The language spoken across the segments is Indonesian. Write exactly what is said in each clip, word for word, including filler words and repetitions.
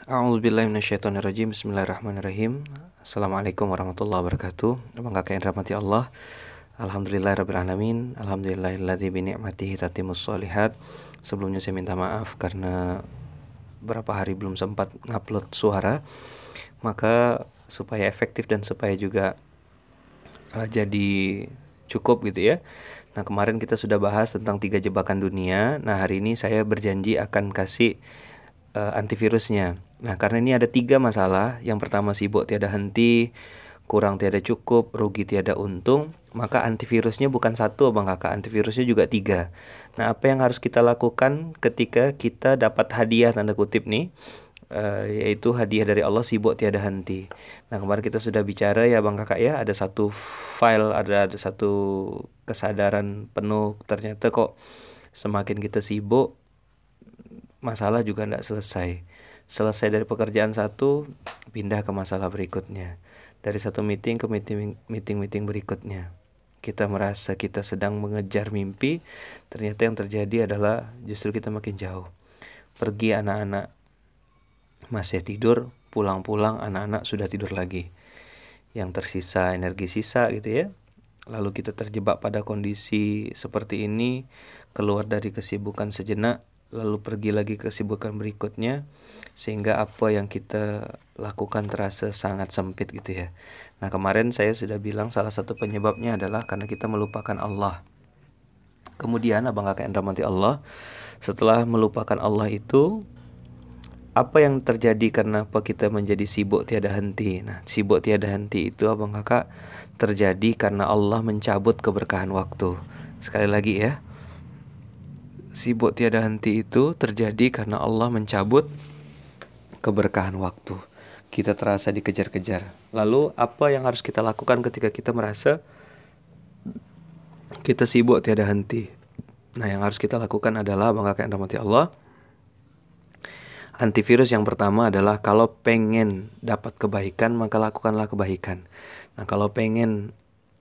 A'udzubillahi minasyaitonirrajim. Bismillahirrahmanirrahim. Assalamualaikum warahmatullahi wabarakatuh. Abang kakak yang dirahmati Allah. Alhamdulillahirabbil alamin. Alhamdulillahilladzi bi ni'matihi tatimmus shalihat. Sebelumnya saya minta maaf karena berapa hari belum sempat ngupload suara. Maka supaya efektif dan supaya juga uh, jadi cukup gitu ya. Nah, kemarin kita sudah bahas tentang tiga jebakan dunia. Nah, hari ini saya berjanji akan kasih uh, antivirusnya. Nah, karena ini ada tiga masalah. Yang pertama, sibuk tiada henti, kurang tiada cukup, rugi tiada untung. Maka antivirusnya bukan satu, Bang Kakak. Antivirusnya juga tiga. Nah, apa yang harus kita lakukan ketika kita dapat hadiah, tanda kutip nih, uh, yaitu hadiah dari Allah sibuk tiada henti. Nah, kemarin kita sudah bicara ya Bang Kakak ya, ada satu file, ada ada satu kesadaran penuh, ternyata kok semakin kita sibuk, masalah juga tidak selesai. Selesai dari pekerjaan satu, pindah ke masalah berikutnya. Dari satu meeting ke meeting meeting-meeting berikutnya. Kita merasa kita sedang mengejar mimpi, ternyata yang terjadi adalah justru kita makin jauh. Pergi anak-anak masih tidur, pulang-pulang anak-anak sudah tidur lagi. Yang tersisa energi sisa gitu ya. Lalu kita terjebak pada kondisi seperti ini, keluar dari kesibukan sejenak, lalu pergi lagi ke kesibukan berikutnya, sehingga apa yang kita lakukan terasa sangat sempit gitu ya. Nah, kemarin saya sudah bilang salah satu penyebabnya adalah karena kita melupakan Allah. Kemudian abang kakak yang dirahmati Allah, setelah melupakan Allah itu, apa yang terjadi kenapa kita menjadi sibuk tiada henti? Nah, sibuk tiada henti itu abang kakak terjadi karena Allah mencabut keberkahan waktu. Sekali lagi ya, sibuk tiada henti itu terjadi karena Allah mencabut keberkahan waktu. Kita terasa dikejar-kejar. Lalu apa yang harus kita lakukan ketika kita merasa kita sibuk tiada henti? Nah, yang harus kita lakukan adalah abang kakak yang dirahmati Allah, antivirus yang pertama adalah kalau pengen dapat kebaikan maka lakukanlah kebaikan. Nah, kalau pengen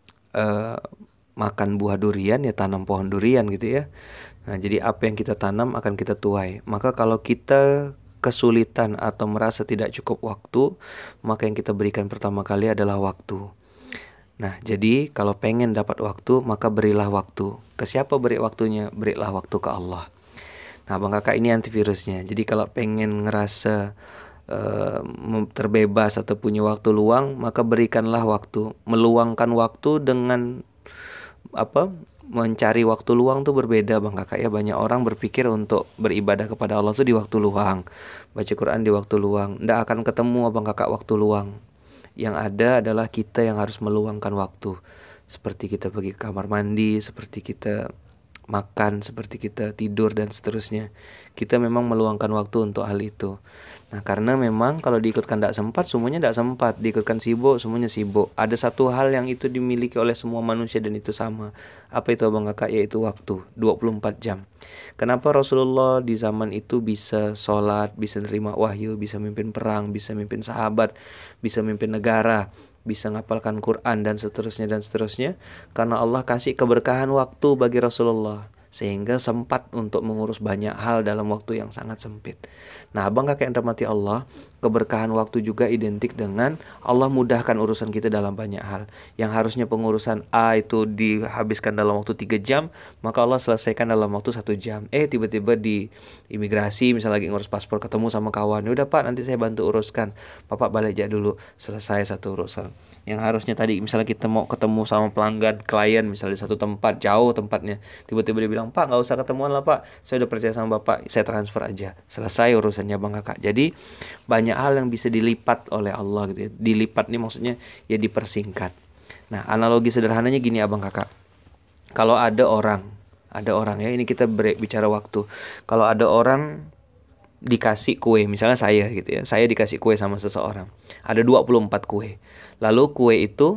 uh, makan buah durian ya tanam pohon durian gitu ya. Nah, jadi apa yang kita tanam akan kita tuai. Maka kalau kita kesulitan atau merasa tidak cukup waktu, maka yang kita berikan pertama kali adalah waktu. Nah, jadi kalau pengen dapat waktu maka berilah waktu. Ke siapa beri waktunya? Berilah waktu ke Allah. Nah, Bang Kakak ini antivirusnya. Jadi kalau pengen ngerasa uh, terbebas atau punya waktu luang, maka berikanlah waktu. Meluangkan waktu dengan apa? Mencari waktu luang tuh berbeda Bang Kakak ya. Banyak orang berpikir untuk beribadah kepada Allah tuh di waktu luang, baca Quran di waktu luang. Nggak akan ketemu Bang Kakak waktu luang. Yang ada adalah kita yang harus meluangkan waktu. Seperti kita pergi ke kamar mandi, seperti kita makan, seperti kita tidur dan seterusnya. Kita memang meluangkan waktu untuk hal itu. Nah, karena memang kalau diikutkan tidak sempat, semuanya tidak sempat. Diikutkan sibuk, semuanya sibuk. Ada satu hal yang itu dimiliki oleh semua manusia dan itu sama. Apa itu Abang Kakak? Yaitu waktu, dua puluh empat jam. Kenapa Rasulullah di zaman itu bisa sholat, bisa nerima wahyu, bisa mimpin perang, bisa mimpin sahabat, bisa mimpin negara, bisa ngapalkan Quran dan seterusnya dan seterusnya? Karena Allah kasih keberkahan waktu bagi Rasulullah, sehingga sempat untuk mengurus banyak hal dalam waktu yang sangat sempit. Nah, abang kakak yang dirahmati Allah, keberkahan waktu juga identik dengan Allah mudahkan urusan kita dalam banyak hal. Yang harusnya pengurusan A itu dihabiskan dalam waktu tiga jam, maka Allah selesaikan dalam waktu satu jam. Eh, tiba-tiba di imigrasi misalnya lagi ngurus paspor, ketemu sama kawan, udah Pak nanti saya bantu uruskan, Bapak balik aja dulu, selesai satu urusan. Yang harusnya tadi misalnya kita mau ketemu sama pelanggan, klien misalnya di satu tempat, jauh tempatnya, tiba-tiba dia bilang, Pak gak usah ketemuan lah Pak, saya udah percaya sama Bapak, saya transfer aja, selesai urusannya Bang Kakak. Jadi banyak hal yang bisa dilipat oleh Allah gitu ya. Dilipat nih maksudnya ya dipersingkat. Nah, analogi sederhananya gini Abang Kakak, kalau ada orang ada orang ya, ini kita bicara waktu. Kalau ada orang dikasih kue, misalnya saya gitu ya, saya dikasih kue sama seseorang, ada dua puluh empat kue. Lalu kue itu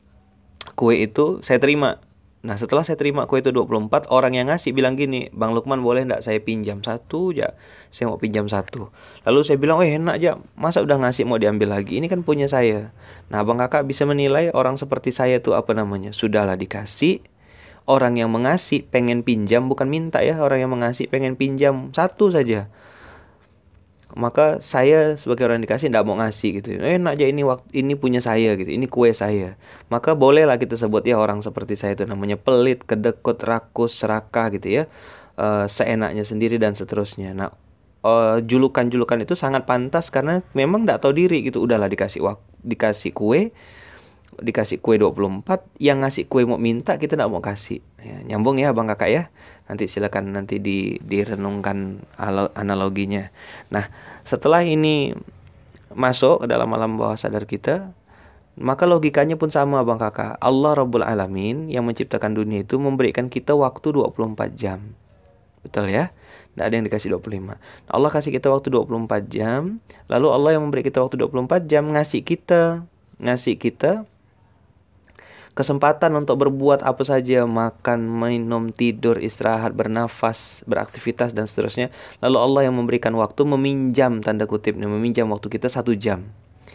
kue itu saya terima. Nah, setelah saya terima kue itu dua puluh empat, orang yang ngasih bilang gini, Bang Lukman boleh enggak saya pinjam satu aja, saya mau pinjam satu. Lalu saya bilang, eh enak aja, masa udah ngasih mau diambil lagi, ini kan punya saya. Nah, Bang Kakak bisa menilai orang seperti saya tuh apa namanya, sudahlah dikasih. Orang yang mengasih pengen pinjam, bukan minta ya, orang yang mengasih pengen pinjam satu saja. maka saya sebagai orang dikasih tidak mau ngasih gitu. Enak aja ini waktu ini punya saya gitu, ini kue saya. Maka bolehlah kita sebut ya orang seperti saya itu namanya pelit, kedekut, rakus, serakah gitu ya. Eh, seenaknya sendiri dan seterusnya. Nah, eh, julukan-julukan itu sangat pantas karena memang tidak tahu diri gitu. Udahlah dikasih wak- dikasih kue, dikasih kue dua puluh empat, yang ngasih kue mau minta kita tidak mau kasih. Ya, nyambung ya Bang Kakak ya. Nanti silakan nanti di direnungkan alo- analoginya. Nah, setelah ini masuk ke dalam alam bawah sadar kita, maka logikanya pun sama Bang Kakak. Allah Rabbul Alamin yang menciptakan dunia itu memberikan kita waktu dua puluh empat jam. Betul ya? Tidak ada yang dikasih dua puluh lima. Nah, Allah kasih kita waktu dua puluh empat jam. Lalu Allah yang memberi kita waktu dua puluh empat jam ngasih kita ngasih kita kesempatan untuk berbuat apa saja, makan, minum, tidur, istirahat, bernafas, beraktivitas dan seterusnya. Lalu Allah yang memberikan waktu meminjam, tanda kutipnya, meminjam waktu kita satu jam.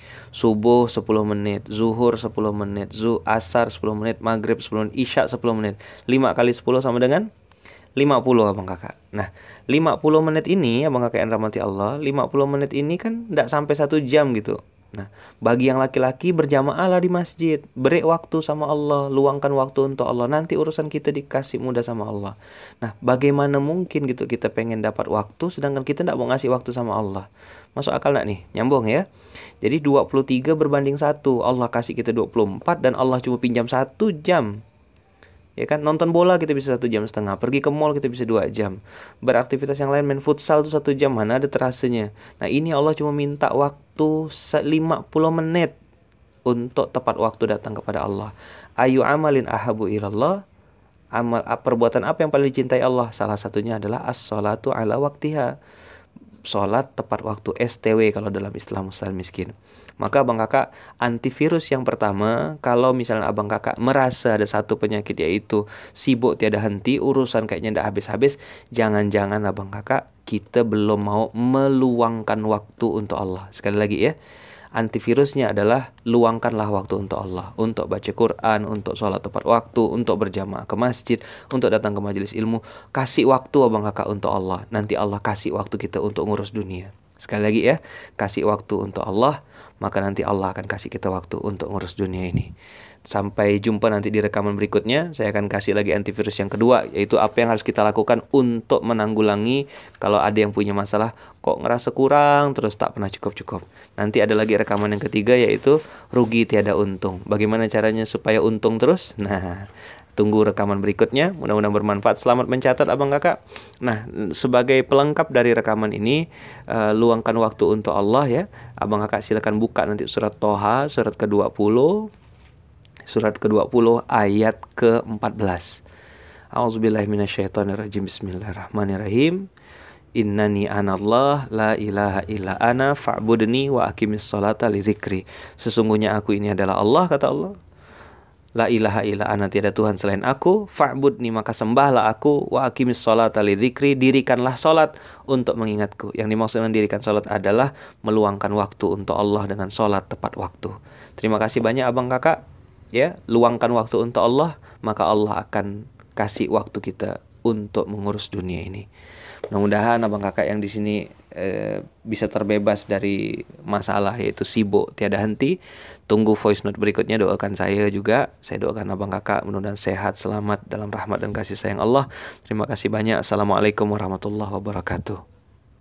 Subuh sepuluh menit, zuhur sepuluh menit, zu asar sepuluh menit, maghrib sepuluh menit, isya sepuluh menit. lima kali sepuluh sama dengan lima puluh Abang Kakak. Nah, lima puluh menit ini Abang Kakak yang rahmati Allah, lima puluh menit ini kan tidak sampai satu jam gitu. Nah, bagi yang laki-laki berjamaah lah di masjid, beri waktu sama Allah, luangkan waktu untuk Allah. Nanti urusan kita dikasih mudah sama Allah. Nah, bagaimana mungkin gitu kita pengen dapat waktu sedangkan kita tidak mau ngasih waktu sama Allah? Masuk akal nggak nih? Nyambung ya. Jadi dua puluh tiga berbanding satu. Allah kasih kita dua puluh empat dan Allah cuma pinjam satu jam. Ya kan, nonton bola kita bisa satu jam setengah, pergi ke mall kita bisa dua jam, beraktivitas yang lain, main futsal tuh satu jam, mana ada terasanya. Nah ini Allah cuma minta waktu lima puluh menit untuk tepat waktu datang kepada Allah. Ayu amalin ahabu ilallah, amal perbuatan apa yang paling dicintai Allah? Salah satunya adalah as-sholatu ala waktiha, sholat tepat waktu, S T W kalau dalam istilah Muslim miskin. Maka Abang Kakak, antivirus yang pertama, kalau misalnya Abang Kakak merasa ada satu penyakit yaitu sibuk tiada henti, urusan kayaknya tidak habis-habis, jangan-jangan Abang Kakak kita belum mau meluangkan waktu untuk Allah. Sekali lagi ya, antivirusnya adalah luangkanlah waktu untuk Allah, untuk baca Quran, untuk sholat tepat waktu, untuk berjamaah ke masjid, untuk datang ke majelis ilmu. Kasih waktu Abang Kakak untuk Allah. Nanti Allah kasih waktu kita untuk ngurus dunia. Sekali lagi ya, kasih waktu untuk Allah, maka nanti Allah akan kasih kita waktu untuk ngurus dunia ini. Sampai jumpa nanti di rekaman berikutnya. Saya akan kasih lagi antivirus yang kedua, yaitu apa yang harus kita lakukan untuk menanggulangi kalau ada yang punya masalah kok ngerasa kurang terus tak pernah cukup-cukup. Nanti ada lagi rekaman yang ketiga, yaitu rugi tiada untung. Bagaimana caranya supaya untung terus? Nah, tunggu rekaman berikutnya, mudah-mudahan bermanfaat. Selamat mencatat Abang Kakak. Nah, sebagai pelengkap dari rekaman ini, uh, luangkan waktu untuk Allah ya. Abang Kakak silakan buka nanti surat Toha, surat ke dua puluh. Surat ke dua puluh ayat ke empat belas. A'udzubillahi minasyaitonirrajim. Bismillahirrahmanirrahim. Innani anallah la ilaha illa ana fa'budni wa aqimis sholata li dzikri. Sesungguhnya aku ini adalah Allah, kata Allah. La ilaha illa ana, tiada Tuhan selain aku, fa'budni maka sembahlah aku, wa aqimis sholata li dzikri, dirikanlah salat untuk mengingatku. Yang dimaksud dengan dirikan salat adalah meluangkan waktu untuk Allah dengan salat tepat waktu. Terima kasih banyak Abang Kakak. Ya, luangkan waktu untuk Allah, maka Allah akan kasih waktu kita untuk mengurus dunia ini. Mudah-mudahan Abang Kakak yang di sini eh, bisa terbebas dari masalah yaitu sibuk tiada henti. Tunggu voice note berikutnya, doakan saya juga. Saya doakan Abang Kakak mudah-mudahan sehat, selamat dalam rahmat dan kasih sayang Allah. Terima kasih banyak. Assalamualaikum warahmatullahi wabarakatuh.